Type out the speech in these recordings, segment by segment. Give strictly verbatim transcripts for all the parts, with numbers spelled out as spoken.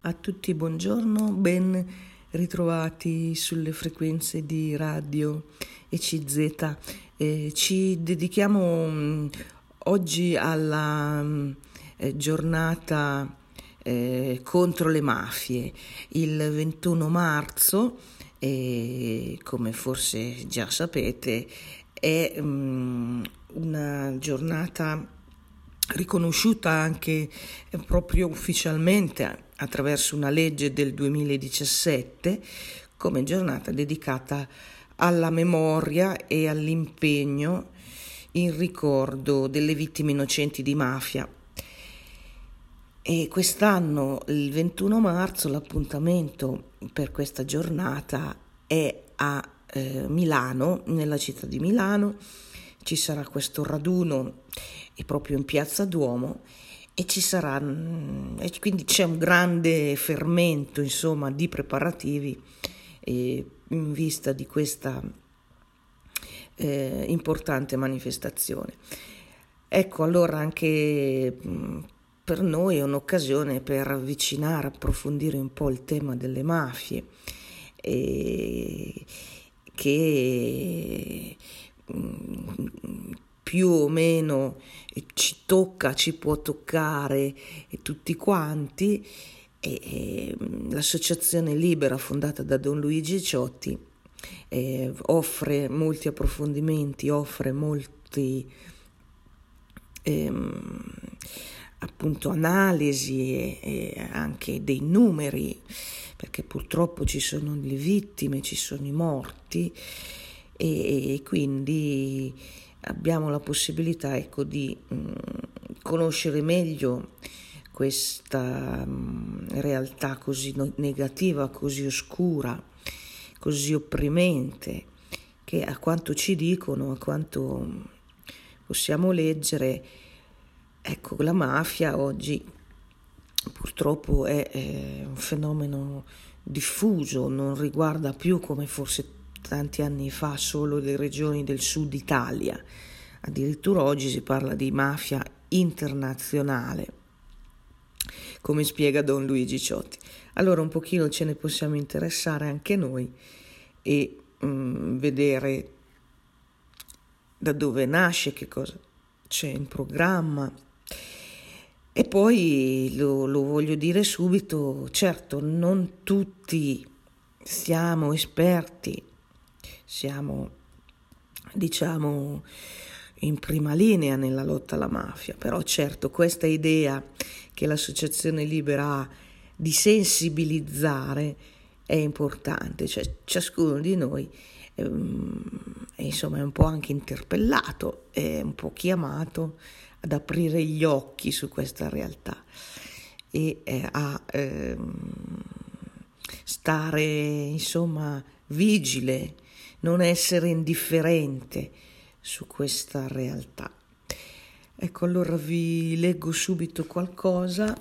A tutti buongiorno, ben ritrovati sulle frequenze di radio E C Z. Eh, ci dedichiamo mh, oggi alla mh, eh, giornata eh, contro le mafie. Il ventuno marzo, eh, come forse già sapete, è mh, una giornata riconosciuta anche eh, proprio ufficialmente attraverso una legge del duemiladiciassette come giornata dedicata alla memoria e all'impegno in ricordo delle vittime innocenti di mafia. E quest'anno, il ventuno marzo, l'appuntamento per questa giornata è a eh, Milano, nella città di Milano. Ci sarà questo raduno e proprio in Piazza Duomo e ci sarà e quindi c'è un grande fermento, insomma, di preparativi eh, in vista di questa eh, importante manifestazione. Ecco, allora anche mh, per noi è un'occasione per avvicinare, approfondire un po' il tema delle mafie eh, che più o meno ci tocca, ci può toccare tutti quanti. E, e, l'associazione Libera, fondata da Don Luigi Ciotti, eh, offre molti approfondimenti, offre molti ehm, appunto analisi e, e anche dei numeri, perché purtroppo ci sono le vittime, ci sono i morti, e quindi abbiamo la possibilità, ecco, di mh, conoscere meglio questa mh, realtà così no- negativa, così oscura, così opprimente, che a quanto ci dicono, a quanto possiamo leggere, ecco, la mafia oggi purtroppo è, è un fenomeno diffuso, non riguarda più come forse tanti anni fa solo le regioni del sud Italia, addirittura oggi si parla di mafia internazionale, come spiega Don Luigi Ciotti. Allora un pochino ce ne possiamo interessare anche noi e mh, vedere da dove nasce, che cosa c'è in programma. E poi lo, lo voglio dire subito, certo, non tutti siamo esperti, siamo, diciamo, in prima linea nella lotta alla mafia, però certo questa idea che l'associazione Libera ha di sensibilizzare è importante, cioè ciascuno di noi ehm, è, insomma, è un po' anche interpellato, è un po' chiamato ad aprire gli occhi su questa realtà e eh, a ehm, stare, insomma, vigile, non essere indifferente su questa realtà. Ecco, allora vi leggo subito qualcosa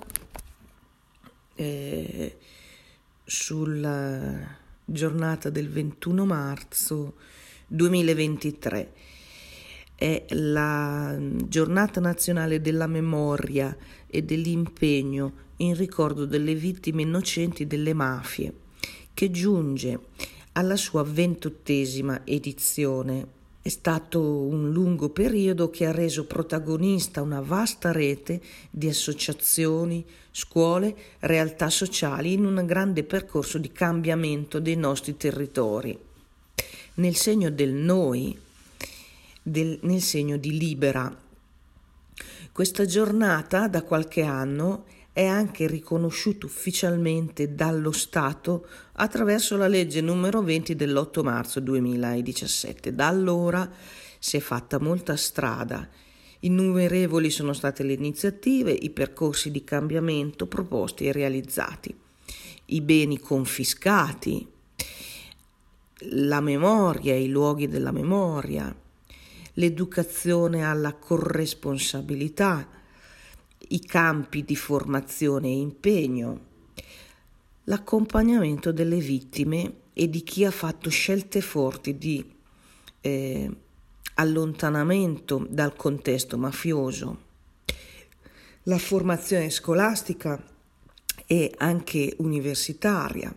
eh, sulla giornata del ventuno marzo duemilaventitré. È la giornata nazionale della memoria e dell'impegno in ricordo delle vittime innocenti delle mafie, che giunge alla sua ventottesima edizione. È stato un lungo periodo che ha reso protagonista una vasta rete di associazioni, scuole, realtà sociali in un grande percorso di cambiamento dei nostri territori. Nel segno del noi, del, nel segno di Libera. Questa giornata da qualche anno è anche riconosciuto ufficialmente dallo Stato attraverso la legge numero venti dell'otto marzo duemiladiciassette. Da allora si è fatta molta strada, innumerevoli sono state le iniziative, i percorsi di cambiamento proposti e realizzati, i beni confiscati, la memoria, i luoghi della memoria, l'educazione alla corresponsabilità, i campi di formazione e impegno, l'accompagnamento delle vittime e di chi ha fatto scelte forti di eh, allontanamento dal contesto mafioso, la formazione scolastica e anche universitaria.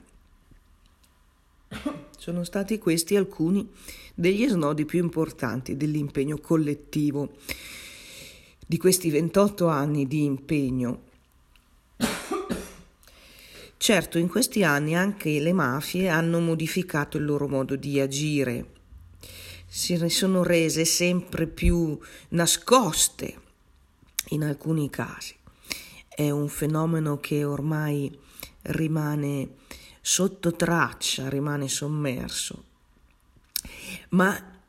Sono stati questi alcuni degli snodi più importanti dell'impegno collettivo di questi ventotto anni di impegno. Certo, in questi anni anche le mafie hanno modificato il loro modo di agire, si ne sono rese sempre più nascoste in alcuni casi. È un fenomeno che ormai rimane sotto traccia, rimane sommerso, ma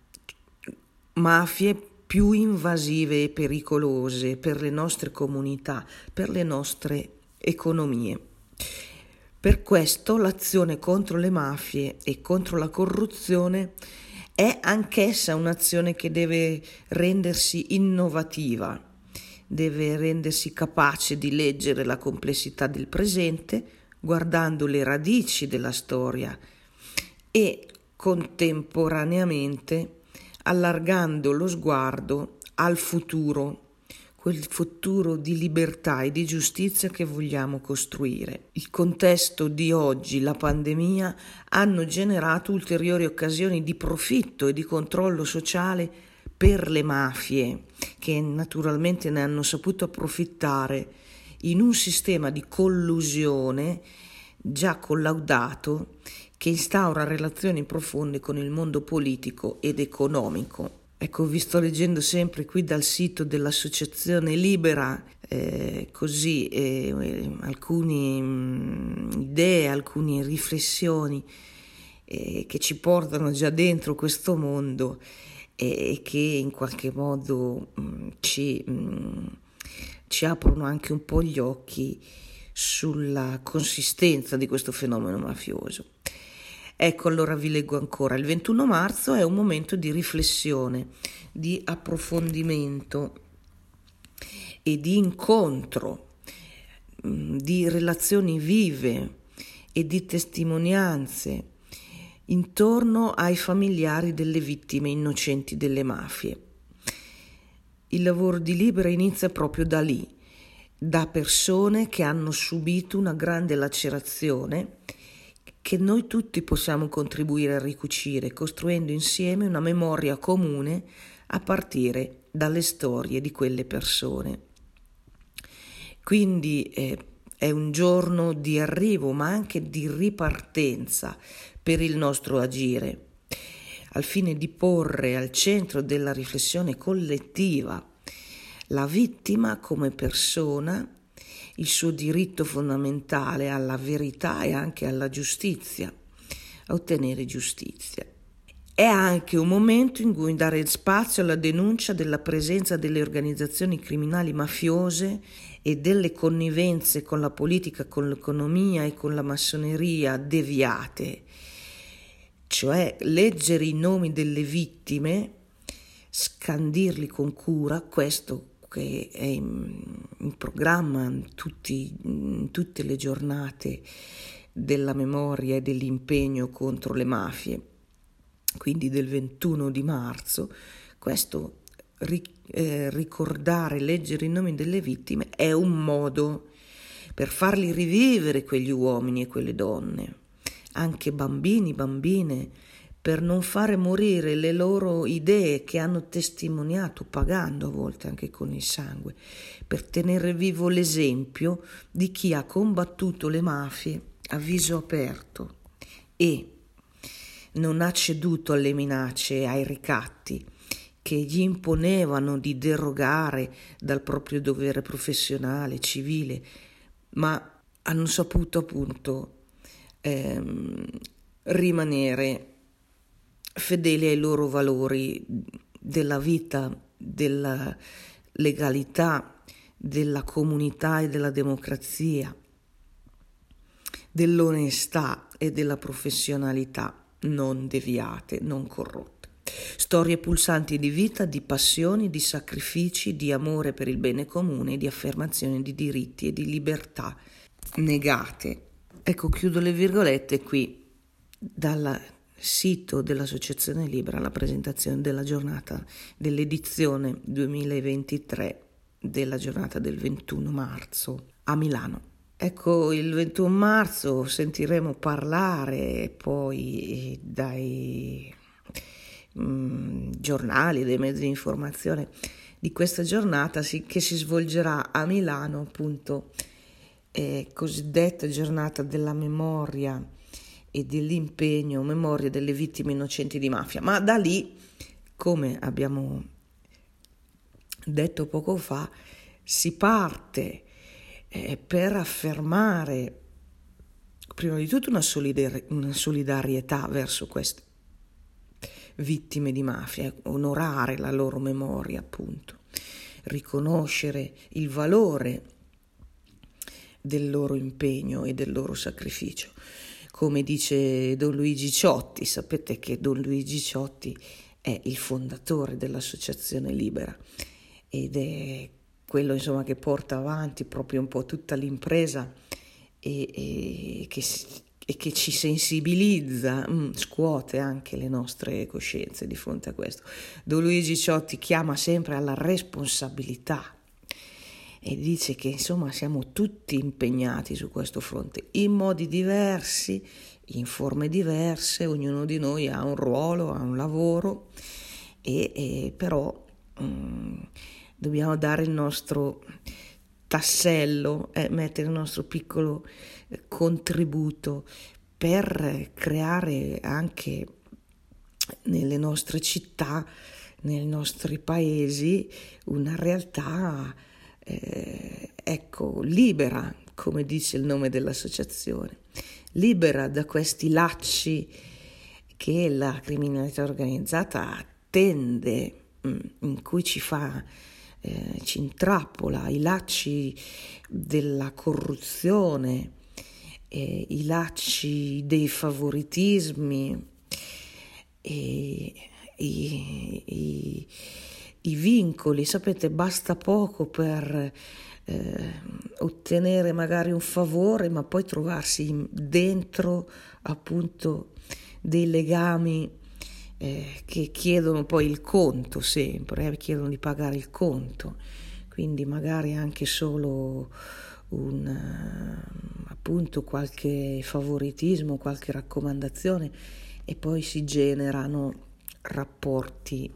mafie più invasive e pericolose per le nostre comunità, per le nostre economie. Per questo l'azione contro le mafie e contro la corruzione è anch'essa un'azione che deve rendersi innovativa, deve rendersi capace di leggere la complessità del presente, guardando le radici della storia e contemporaneamente allargando lo sguardo al futuro, quel futuro di libertà e di giustizia che vogliamo costruire. Il contesto di oggi, la pandemia, hanno generato ulteriori occasioni di profitto e di controllo sociale per le mafie, che naturalmente ne hanno saputo approfittare in un sistema di collusione già collaudato che instaura relazioni profonde con il mondo politico ed economico. Ecco, vi sto leggendo sempre qui dal sito dell'Associazione Libera, eh, così eh, alcune mh, idee, alcune riflessioni eh, che ci portano già dentro questo mondo e, e che in qualche modo mh, ci, mh, ci aprono anche un po' gli occhi sulla consistenza di questo fenomeno mafioso. Ecco, allora vi leggo ancora. Il ventuno marzo è un momento di riflessione, di approfondimento e di incontro, di relazioni vive e di testimonianze intorno ai familiari delle vittime innocenti delle mafie. Il lavoro di Libera inizia proprio da lì, da persone che hanno subito una grande lacerazione che noi tutti possiamo contribuire a ricucire, costruendo insieme una memoria comune a partire dalle storie di quelle persone. Quindi eh, è un giorno di arrivo, ma anche di ripartenza per il nostro agire, al fine di porre al centro della riflessione collettiva la vittima come persona, il suo diritto fondamentale alla verità e anche alla giustizia, a ottenere giustizia. È anche un momento in cui dare spazio alla denuncia della presenza delle organizzazioni criminali mafiose e delle connivenze con la politica, con l'economia e con la massoneria deviate, cioè leggere i nomi delle vittime, scandirli con cura, questo che è in, in programma tutti, in tutte le giornate della memoria e dell'impegno contro le mafie, quindi del ventuno di marzo. Questo eh, ricordare, leggere i nomi delle vittime è un modo per farli rivivere quegli uomini e quelle donne, anche bambini, bambine, per non fare morire le loro idee che hanno testimoniato, pagando a volte anche con il sangue, per tenere vivo l'esempio di chi ha combattuto le mafie a viso aperto e non ha ceduto alle minacce e ai ricatti che gli imponevano di derogare dal proprio dovere professionale, civile, ma hanno saputo appunto ehm, rimanere fedeli ai loro valori della vita, della legalità, della comunità e della democrazia, dell'onestà e della professionalità non deviate, non corrotte. Storie pulsanti di vita, di passioni, di sacrifici, di amore per il bene comune, di affermazione di diritti e di libertà negate. Ecco, chiudo le virgolette qui dal sito dell'Associazione Libera, la presentazione della giornata dell'edizione duemilaventitré della giornata del ventuno marzo a Milano. Ecco, il ventuno marzo sentiremo parlare poi dai mh, giornali, dai mezzi di informazione di questa giornata si, che si svolgerà a Milano, appunto, eh, cosiddetta giornata della memoria e dell'impegno, memoria delle vittime innocenti di mafia. Ma da lì, come abbiamo detto poco fa, si parte eh, per affermare prima di tutto una, solidar- una solidarietà verso queste vittime di mafia, onorare la loro memoria, appunto, riconoscere il valore del loro impegno e del loro sacrificio. Come dice Don Luigi Ciotti, sapete che Don Luigi Ciotti è il fondatore dell'Associazione Libera ed è quello, insomma, che porta avanti proprio un po' tutta l'impresa e, e, che, e che ci sensibilizza, mh, scuote anche le nostre coscienze di fronte a questo. Don Luigi Ciotti chiama sempre alla responsabilità e dice che, insomma, siamo tutti impegnati su questo fronte in modi diversi, in forme diverse, ognuno di noi ha un ruolo, ha un lavoro e, e però mh, dobbiamo dare il nostro tassello, eh, mettere il nostro piccolo eh, contributo per creare anche nelle nostre città, nei nostri paesi, una realtà eh, ecco, libera, come dice il nome dell'associazione, libera da questi lacci che la criminalità organizzata tende, mh, in cui ci fa Eh, ci intrappola, i lacci della corruzione, eh, i lacci dei favoritismi, e, i, i, i vincoli. Sapete, basta poco per eh, ottenere magari un favore, ma poi trovarsi dentro, appunto, dei legami Eh, che chiedono poi il conto sempre, eh, chiedono di pagare il conto, quindi magari anche solo un uh, appunto qualche favoritismo, qualche raccomandazione e poi si generano rapporti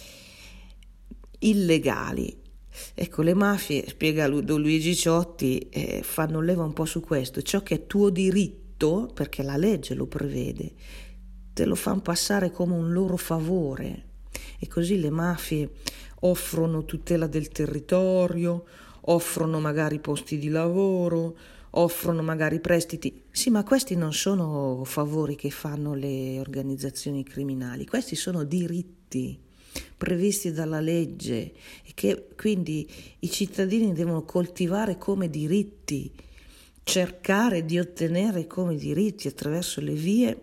illegali. Ecco, le mafie, spiega Don Luigi Ciotti, eh, fanno leva un po' su questo: ciò che è tuo diritto, perché la legge lo prevede, te lo fanno passare come un loro favore, e così le mafie offrono tutela del territorio, offrono magari posti di lavoro, offrono magari prestiti. Sì, ma questi non sono favori che fanno le organizzazioni criminali, questi sono diritti previsti dalla legge e che quindi i cittadini devono coltivare come diritti, cercare di ottenere come diritti attraverso le vie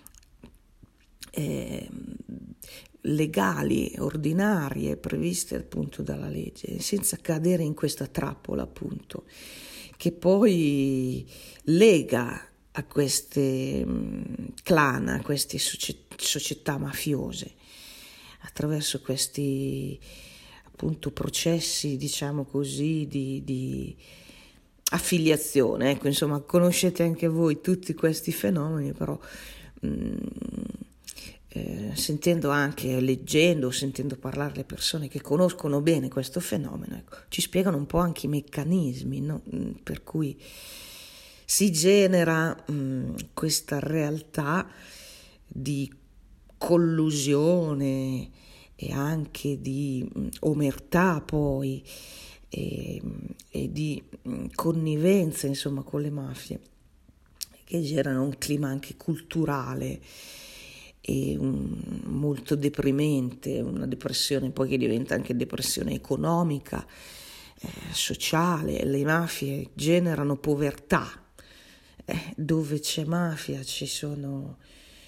Eh, legali, ordinarie, previste appunto dalla legge, senza cadere in questa trappola, appunto, che poi lega a queste mh, clan, a queste società mafiose, attraverso questi appunto processi, diciamo così, di, di affiliazione. Ecco, insomma, conoscete anche voi tutti questi fenomeni, però mh, Eh, sentendo anche, leggendo, sentendo parlare le persone che conoscono bene questo fenomeno, ecco, ci spiegano un po' anche i meccanismi, no? Per cui si genera mh, questa realtà di collusione e anche di mh, omertà poi e, e di mh, connivenza, insomma, con le mafie, che generano un clima anche culturale e un, molto deprimente, una depressione poi che diventa anche depressione economica, eh, sociale. Le mafie generano povertà, eh, dove c'è mafia ci sono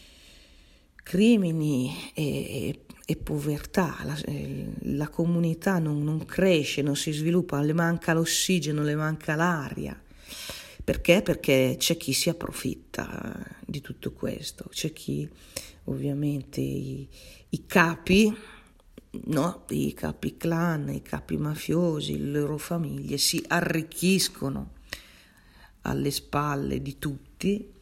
crimini e, e, e povertà, la, eh, la comunità non, non cresce, non si sviluppa, le manca l'ossigeno, le manca l'aria. Perché? Perché c'è chi si approfitta di tutto questo, c'è chi ovviamente i, i capi, no? I capi clan, i capi mafiosi, le loro famiglie si arricchiscono alle spalle di tutti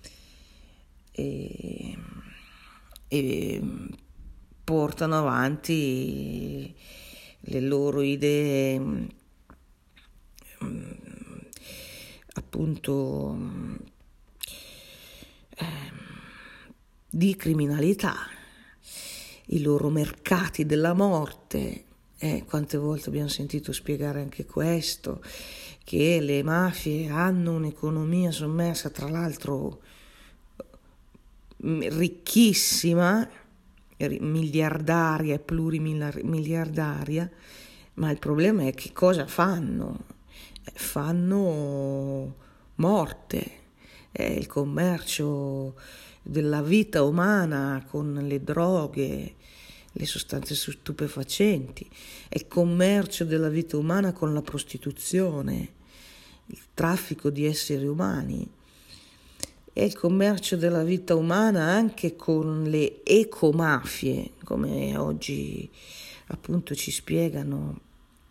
e, e portano avanti le loro idee, appunto, eh, di criminalità, i loro mercati della morte. Eh, quante volte abbiamo sentito spiegare anche questo, che le mafie hanno un'economia sommersa, tra l'altro ricchissima, miliardaria e plurimiliardaria, ma il problema è che cosa fanno? Fanno morte, è il commercio della vita umana con le droghe, le sostanze stupefacenti, è il commercio della vita umana con la prostituzione, il traffico di esseri umani, è il commercio della vita umana anche con le ecomafie, come oggi appunto ci spiegano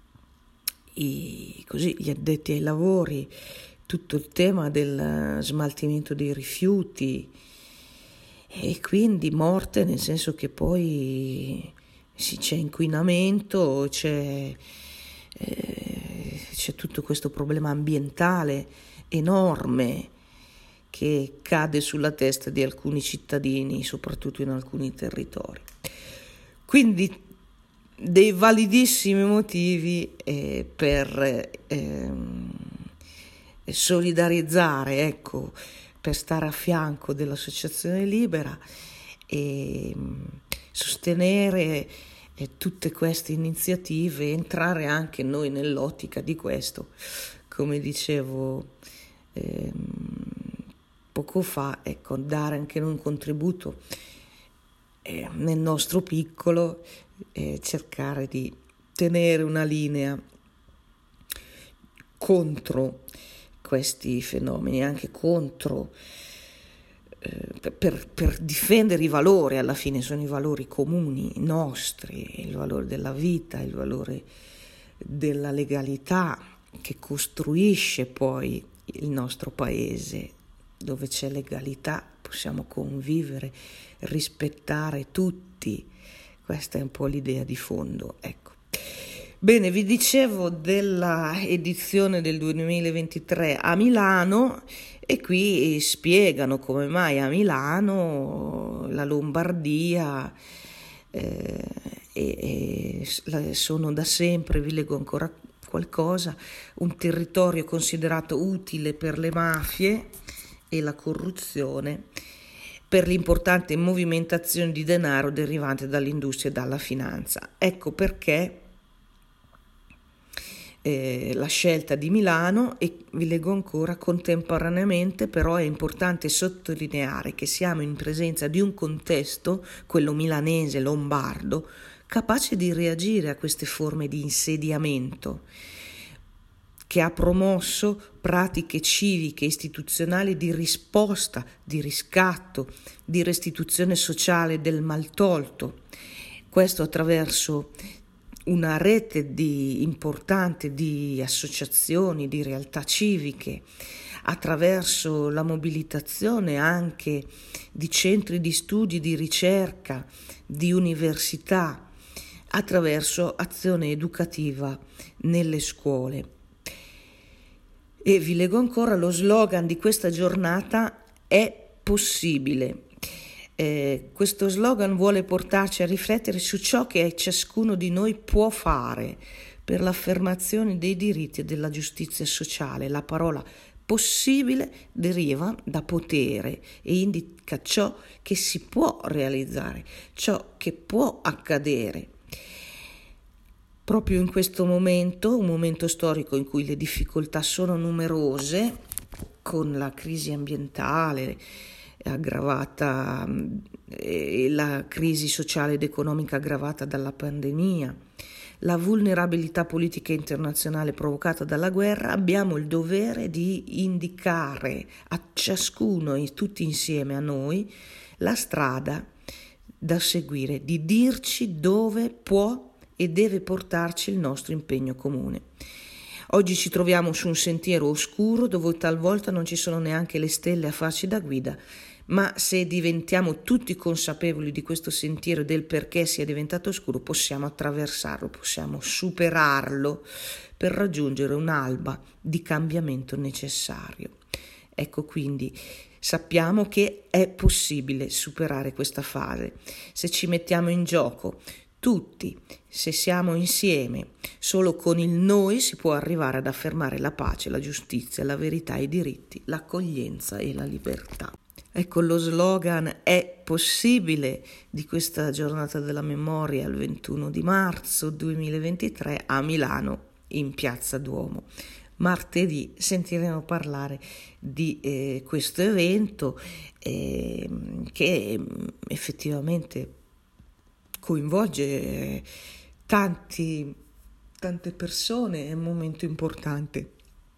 i, così, gli addetti ai lavori, tutto il tema del smaltimento dei rifiuti, e quindi morte nel senso che poi sì, c'è inquinamento, c'è, eh, c'è tutto questo problema ambientale enorme che cade sulla testa di alcuni cittadini, soprattutto in alcuni territori. Quindi dei validissimi motivi eh, per eh, solidarizzare, ecco, per stare a fianco dell'Associazione Libera e sostenere eh, tutte queste iniziative, entrare anche noi nell'ottica di questo, come dicevo eh, poco fa, ecco, dare anche noi un contributo eh, nel nostro piccolo, eh, cercare di tenere una linea contro questi fenomeni, anche contro, eh, per, per difendere i valori, alla fine sono i valori comuni nostri, il valore della vita, il valore della legalità che costruisce poi il nostro paese. Dove c'è legalità possiamo convivere, rispettare tutti, questa è un po' l'idea di fondo, ecco. Bene, vi dicevo della edizione del duemilaventitré a Milano e qui spiegano come mai a Milano, la Lombardia eh, e, e sono da sempre, vi leggo ancora qualcosa, un territorio considerato utile per le mafie e la corruzione, per l'importante movimentazione di denaro derivante dall'industria e dalla finanza. Ecco perché Eh, la scelta di Milano, e vi leggo ancora: contemporaneamente però è importante sottolineare che siamo in presenza di un contesto, quello milanese, lombardo, capace di reagire a queste forme di insediamento, che ha promosso pratiche civiche e istituzionali di risposta, di riscatto, di restituzione sociale del maltolto. Questo attraverso una rete di, importante di associazioni, di realtà civiche, attraverso la mobilitazione anche di centri di studi, di ricerca, di università, attraverso azione educativa nelle scuole. E vi leggo ancora lo slogan di questa giornata: è possibile. Eh, questo slogan vuole portarci a riflettere su ciò che ciascuno di noi può fare per l'affermazione dei diritti e della giustizia sociale. La parola possibile deriva da potere e indica ciò che si può realizzare, ciò che può accadere. Proprio in questo momento, un momento storico in cui le difficoltà sono numerose, con la crisi ambientale aggravata e la crisi sociale ed economica aggravata dalla pandemia, la vulnerabilità politica internazionale provocata dalla guerra, abbiamo il dovere di indicare a ciascuno e tutti insieme a noi la strada da seguire, di dirci dove può e deve portarci il nostro impegno comune. Oggi ci troviamo su un sentiero oscuro dove talvolta non ci sono neanche le stelle a farci da guida, ma se diventiamo tutti consapevoli di questo sentiero e del perché sia diventato oscuro, possiamo attraversarlo, possiamo superarlo per raggiungere un'alba di cambiamento necessario. Ecco, quindi sappiamo che è possibile superare questa fase se ci mettiamo in gioco tutti, se siamo insieme. Solo con il noi si può arrivare ad affermare la pace, la giustizia, la verità, i diritti, l'accoglienza e la libertà. Ecco, lo slogan è possibile di questa giornata della memoria il ventuno di marzo duemilaventitré a Milano in Piazza Duomo. Martedì sentiremo parlare di eh, questo evento eh, che effettivamente coinvolge tanti, tante persone, è un momento importante,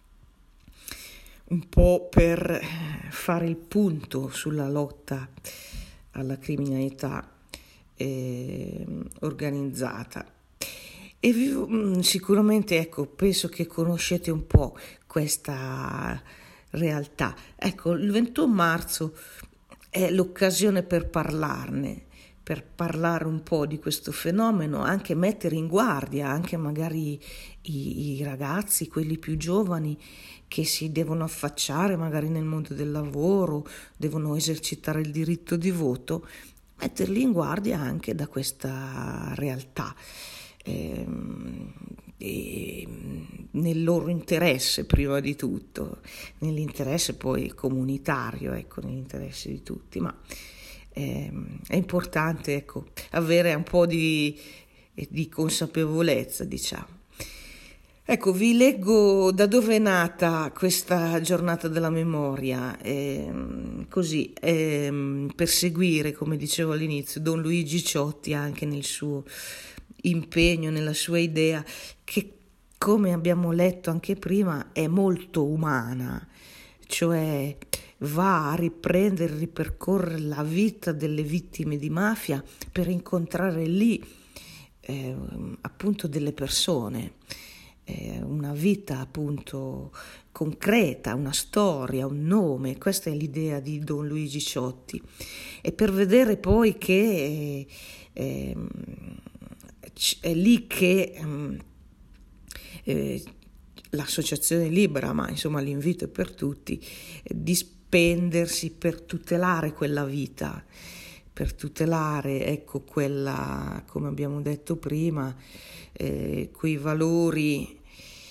un po' per fare il punto sulla lotta alla criminalità eh, organizzata. E vi, sicuramente, ecco, penso che conoscete un po' questa realtà. Ecco, il ventuno marzo è l'occasione per parlarne, per parlare un po' di questo fenomeno, anche mettere in guardia anche magari i, i ragazzi, quelli più giovani che si devono affacciare magari nel mondo del lavoro, devono esercitare il diritto di voto, metterli in guardia anche da questa realtà. Eh, e nel loro interesse prima di tutto, nell'interesse poi comunitario, ecco, nell'interesse di tutti, ma eh, è importante, ecco, avere un po' di, di consapevolezza, diciamo. Ecco, vi leggo da dove è nata questa giornata della memoria, eh, così, eh, per seguire, come dicevo all'inizio, Don Luigi Ciotti anche nel suo impegno, nella sua idea, che come abbiamo letto anche prima è molto umana, cioè va a riprendere, ripercorrere la vita delle vittime di mafia per incontrare lì eh, appunto delle persone, eh, una vita appunto concreta, una storia, un nome. Questa è l'idea di Don Luigi Ciotti, e per vedere poi che eh, eh, è lì che eh, l'associazione Libera, ma insomma l'invito è per tutti, eh, di spendersi per tutelare quella vita, per tutelare, ecco, quella, come abbiamo detto prima, eh, quei valori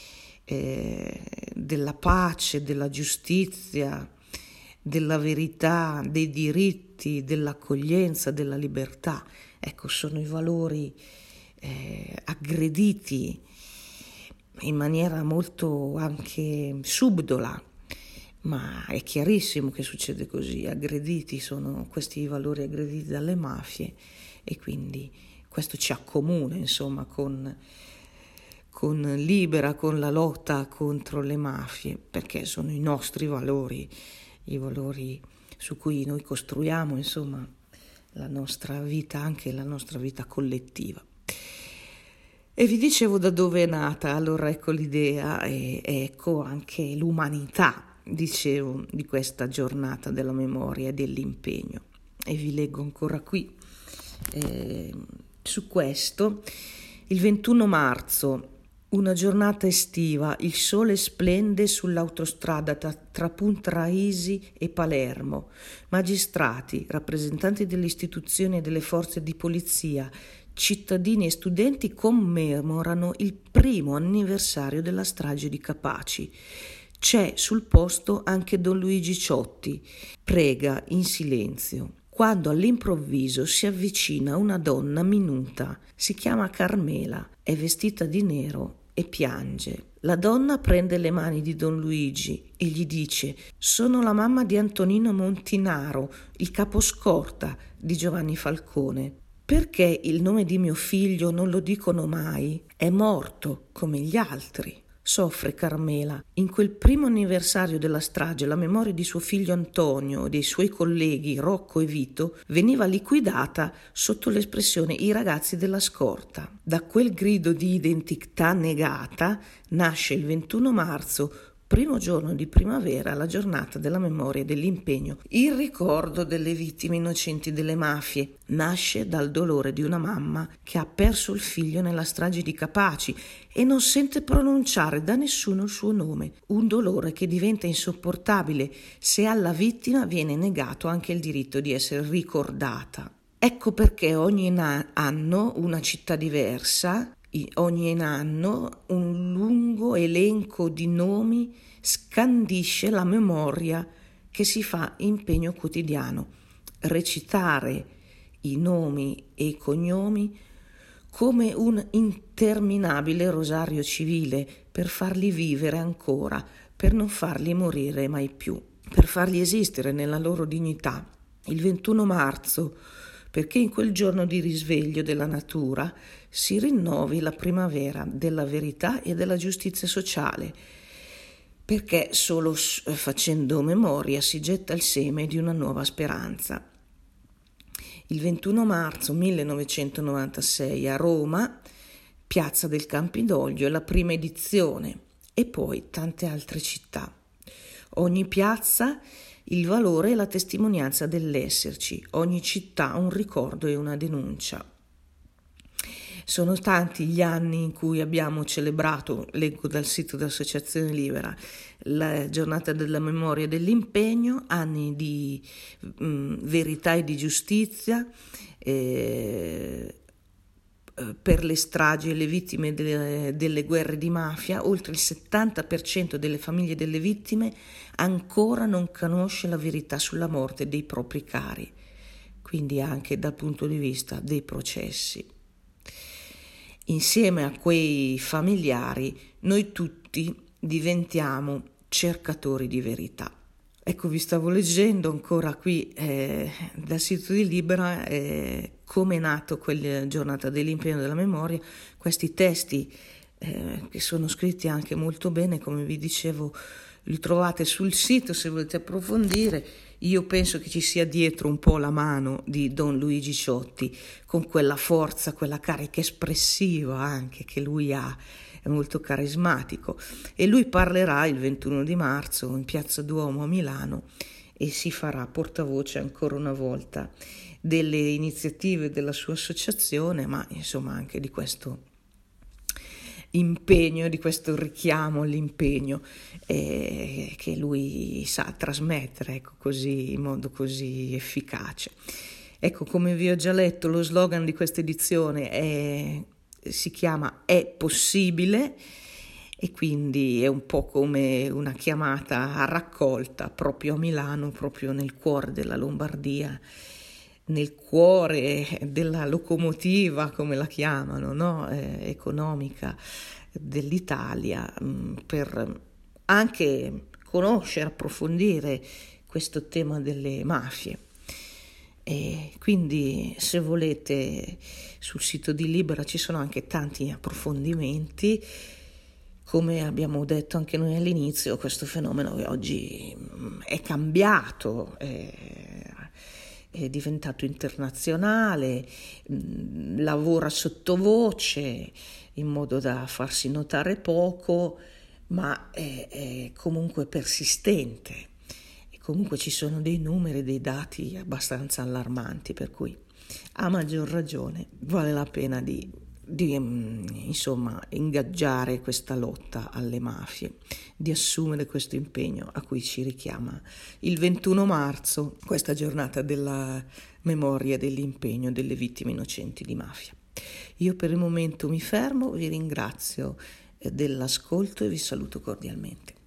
eh, della pace, della giustizia, della verità, dei diritti, dell'accoglienza, della libertà. Ecco, sono i valori Eh, aggrediti in maniera molto anche subdola, ma è chiarissimo che succede così. Aggrediti sono questi valori, aggrediti dalle mafie, e quindi questo ci accomuna, insomma, con, con Libera, con la lotta contro le mafie, perché sono i nostri valori, i valori su cui noi costruiamo, insomma, la nostra vita, anche la nostra vita collettiva. E vi dicevo da dove è nata, allora ecco l'idea e ecco anche l'umanità, dicevo, di questa giornata della memoria e dell'impegno. E vi leggo ancora qui eh, su questo. Il ventuno marzo, una giornata estiva, il sole splende sull'autostrada tra, tra Punta Raisi e Palermo. Magistrati, rappresentanti delle istituzioni e delle forze di polizia, cittadini e studenti commemorano il primo anniversario della strage di Capaci. C'è sul posto anche Don Luigi Ciotti. Prega in silenzio, quando all'improvviso si avvicina una donna minuta. Si chiama Carmela, è vestita di nero e piange. La donna prende le mani di Don Luigi e gli dice: «Sono la mamma di Antonino Montinaro, il caposcorta di Giovanni Falcone. Perché il nome di mio figlio non lo dicono mai? È morto come gli altri. soffre Carmela. In quel primo anniversario della strage, la memoria di suo figlio Antonio e dei suoi colleghi Rocco e Vito veniva liquidata sotto l'espressione "i ragazzi della scorta". Da quel grido di identità negata nasce il ventuno marzo, primo giorno di primavera, la giornata della memoria e dell'impegno, il ricordo delle vittime innocenti delle mafie. Nasce dal dolore di una mamma che ha perso il figlio nella strage di Capaci e non sente pronunciare da nessuno il suo nome. Un dolore che diventa insopportabile se alla vittima viene negato anche il diritto di essere ricordata. Ecco perché ogni na- anno una città diversa, ogni anno un lungo elenco di nomi scandisce la memoria che si fa impegno quotidiano. Recitare i nomi e i cognomi come un interminabile rosario civile per farli vivere ancora, per non farli morire mai più, per farli esistere nella loro dignità. Il ventuno marzo, perché in quel giorno di risveglio della natura si rinnovi la primavera della verità e della giustizia sociale, perché solo facendo memoria si getta il seme di una nuova speranza. Il ventuno marzo millenovecentonovantasei a Roma, Piazza del Campidoglio, la prima edizione, e poi tante altre città. Ogni piazza il valore e la testimonianza dell'esserci, ogni città un ricordo e una denuncia. Sono tanti gli anni in cui abbiamo celebrato, leggo dal sito dell'Associazione Libera, la giornata della memoria e dell'impegno, anni di mh, verità e di giustizia, eh, per le stragi e le vittime delle, delle guerre di mafia. Oltre il settanta per cento delle famiglie delle vittime ancora non conosce la verità sulla morte dei propri cari, quindi anche dal punto di vista dei processi. Insieme a quei familiari noi tutti diventiamo cercatori di verità. Ecco, vi stavo leggendo ancora qui eh, dal sito di Libera eh, come è nato quella giornata dell'impegno della memoria, questi testi eh, che sono scritti anche molto bene, come vi dicevo, li trovate sul sito se volete approfondire. Io penso che ci sia dietro un po' la mano di Don Luigi Ciotti, con quella forza, quella carica espressiva anche che lui ha, è molto carismatico, e lui parlerà il ventuno di marzo in Piazza Duomo a Milano e si farà portavoce ancora una volta delle iniziative della sua associazione, ma insomma anche di questo impegno, di questo richiamo all'impegno eh, che lui sa trasmettere, ecco, così, in modo così efficace. Ecco, come vi ho già letto, lo slogan di questa edizione è, si chiama "È possibile", e quindi è un po' come una chiamata a raccolta proprio a Milano, proprio nel cuore della Lombardia, nel cuore della locomotiva, come la chiamano, no? eh, economica dell'Italia, mh, per anche conoscere, approfondire questo tema delle mafie. E quindi, se volete, sul sito di Libera ci sono anche tanti approfondimenti. Come abbiamo detto anche noi all'inizio, questo fenomeno che oggi è cambiato, è, è diventato internazionale, lavora sottovoce in modo da farsi notare poco, ma è, è comunque persistente. E comunque ci sono dei numeri, dei dati abbastanza allarmanti, per cui a maggior ragione vale la pena di di insomma ingaggiare questa lotta alle mafie, di assumere questo impegno a cui ci richiama il ventuno marzo, questa giornata della memoria e dell'impegno delle vittime innocenti di mafia. Io per il momento mi fermo, vi ringrazio dell'ascolto e vi saluto cordialmente.